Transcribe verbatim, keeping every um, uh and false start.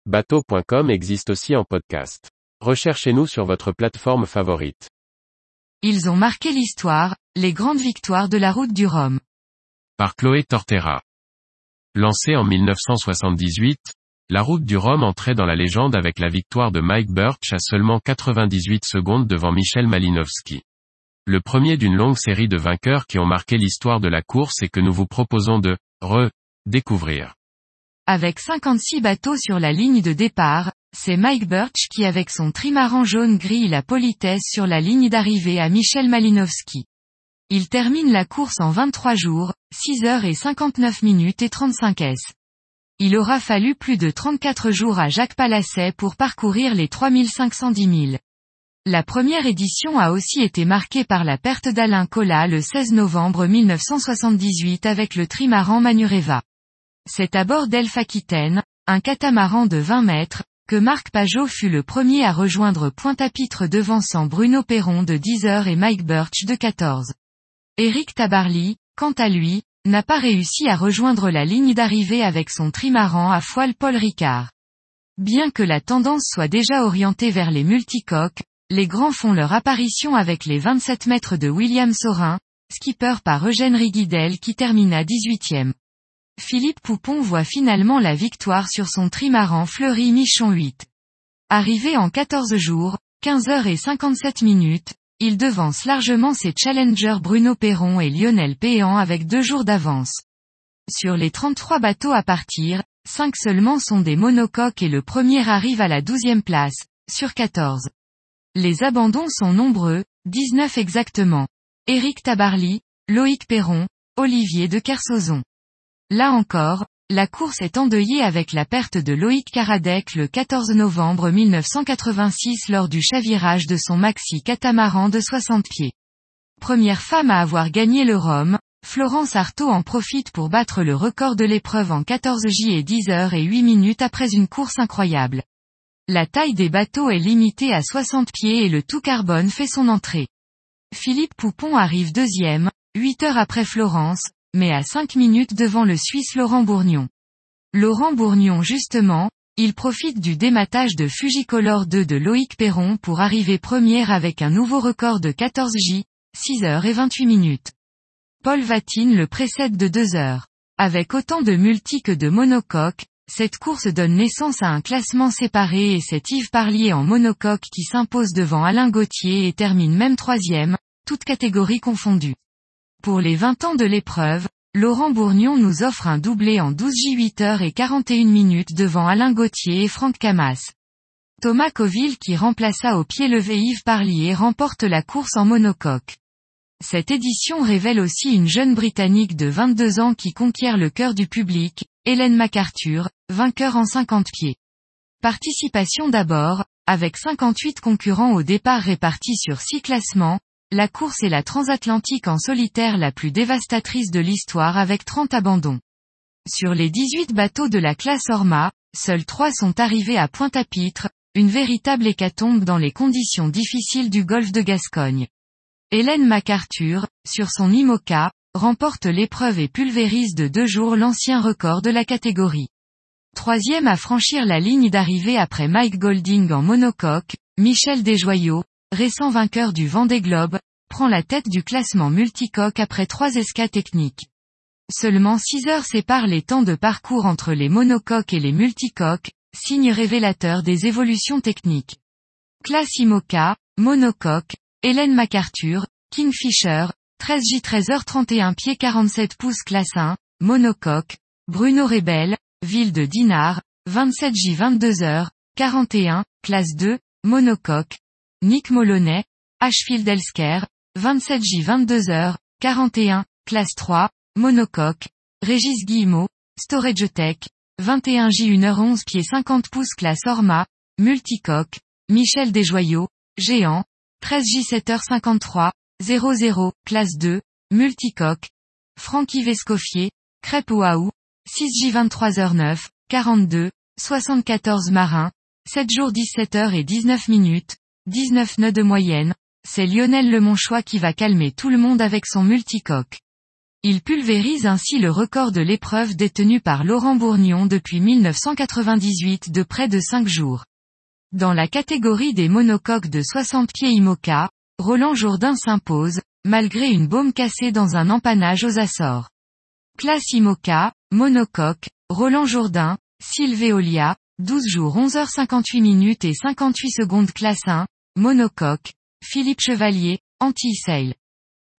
bateau point com existe aussi en podcast. Recherchez-nous sur votre plateforme favorite. Ils ont marqué l'histoire, les grandes victoires de la route du Rhum. Par Chloé Tortera. Lancée en mille neuf cent soixante-dix-huit, la route du Rhum entrait dans la légende avec la victoire de Mike Birch à seulement quatre-vingt-dix-huit secondes devant Michel Malinowski. Le premier d'une longue série de vainqueurs qui ont marqué l'histoire de la course et que nous vous proposons de re-découvrir. Avec cinquante-six bateaux sur la ligne de départ, c'est Mike Birch qui avec son trimaran jaune grille la politesse sur la ligne d'arrivée à Michel Malinowski. Il termine la course en vingt-trois jours, six heures et cinquante-neuf minutes et trente-cinq secondes. Il aura fallu plus de trente-quatre jours à Jacques Palacet pour parcourir les trois mille cinq cent dix milles. La première édition a aussi été marquée par la perte d'Alain Colas le seize novembre mille neuf cent soixante-dix-huit avec le trimaran Manureva. C'est à bord d'Elf Aquitaine, un catamaran de vingt mètres, que Marc Pajot fut le premier à rejoindre Pointe-à-Pitre devançant Bruno Perron de dix heures et Mike Birch de quatorze. Éric Tabarly, quant à lui, n'a pas réussi à rejoindre la ligne d'arrivée avec son trimaran à foile Paul Ricard. Bien que la tendance soit déjà orientée vers les multicoques, les grands font leur apparition avec les vingt-sept mètres de William Saurin, skipper par Eugène Rigidel qui termina dix-huitième. Philippe Poupon voit finalement la victoire sur son trimaran Fleury Michon huit. Arrivé en quatorze jours, quinze heures et cinquante-sept minutes, il devance largement ses challengers Bruno Perron et Lionel Péan avec deux jours d'avance. Sur les trente-trois bateaux à partir, cinq seulement sont des monocoques et le premier arrive à la douzième place, sur quatorze. Les abandons sont nombreux, dix-neuf exactement. Éric Tabarly, Loïc Perron, Olivier de Kersauzon. Là encore, la course est endeuillée avec la perte de Loïc Karadec le quatorze novembre mille neuf cent quatre-vingt-six lors du chavirage de son maxi catamaran de soixante pieds. Première femme à avoir gagné le Rhum, Florence Artaud en profite pour battre le record de l'épreuve en quatorze jours et dix heures et huit minutes après une course incroyable. La taille des bateaux est limitée à soixante pieds et le tout carbone fait son entrée. Philippe Poupon arrive deuxième, huit heures après Florence, mais à cinq minutes devant le Suisse Laurent Bourgnon. Laurent Bourgnon justement, il profite du dématage de Fujicolor deux de Loïc Perron pour arriver première avec un nouveau record de quatorze jours, six heures et vingt-huit minutes. Paul Vatine le précède de deux heures. Avec autant de multi que de monocoques, cette course donne naissance à un classement séparé et c'est Yves Parlier en monocoque qui s'impose devant Alain Gauthier et termine même troisième, toutes catégories confondues. Pour les vingt ans de l'épreuve, Laurent Bourgnon nous offre un doublé en douze jours huit heures et quarante et une minutes devant Alain Gauthier et Franck Camas. Thomas Coville qui remplaça au pied levé Yves Parlier remporte la course en monocoque. Cette édition révèle aussi une jeune Britannique de vingt-deux ans qui conquiert le cœur du public, Hélène MacArthur, vainqueur en cinquante pieds. Participation d'abord, avec cinquante-huit concurrents au départ répartis sur six classements, la course est la transatlantique en solitaire la plus dévastatrice de l'histoire avec trente abandons. Sur les dix-huit bateaux de la classe Orma, seuls trois sont arrivés à Pointe-à-Pitre, une véritable hécatombe dans les conditions difficiles du golfe de Gascogne. Hélène MacArthur, sur son IMOCA, remporte l'épreuve et pulvérise de deux jours l'ancien record de la catégorie. Troisième à franchir la ligne d'arrivée après Mike Golding en monocoque, Michel Desjoyaux, récent vainqueur du Vendée Globe, prend la tête du classement multicoque après trois escas techniques. Seulement six heures séparent les temps de parcours entre les monocoques et les multicoques, signe révélateur des évolutions techniques. Classe IMOCA, monocoque, Hélène MacArthur, Kingfisher, treize jours treize heures trente et un pieds quarante-sept pouces classe un, monocoque, Bruno Rebel, ville de Dinard, vingt-sept jours vingt-deux heures, quarante et un, classe deux, monocoque, Nick Moloney, Ashfield Elsker, vingt-sept jours vingt-deux heures, quarante et un, classe trois, monocoque, Régis Guillemot, Storagetech, vingt et un jours une heure onze pieds cinquante pouces classe Orma, multicoque, Michel Desjoyaux, géant, treize jours sept heures cinquante-trois, zéro zéro, classe deux, multicoque, Francky Vescoffier, Crêpe Oahu, six jours vingt-trois heures neuf, quarante-deux, soixante-quatorze marins, sept jours dix-sept heures et dix-neuf minutes, dix-neuf nœuds de moyenne, c'est Lionel Lemonchois qui va calmer tout le monde avec son multicoque. Il pulvérise ainsi le record de l'épreuve détenu par Laurent Bourgnon depuis mille neuf cent quatre-vingt-dix-huit de près de cinq jours. Dans la catégorie des monocoques de soixante pieds IMOCA, Roland Jourdain s'impose, malgré une baume cassée dans un empannage aux Açores. Classe IMOCA, monocoque, Roland Jourdain, Sylveolia, douze jours onze heures cinquante-huit minutes et cinquante-huit secondes. Classe un, monocoque, Philippe Chevalier, Antilles Sail.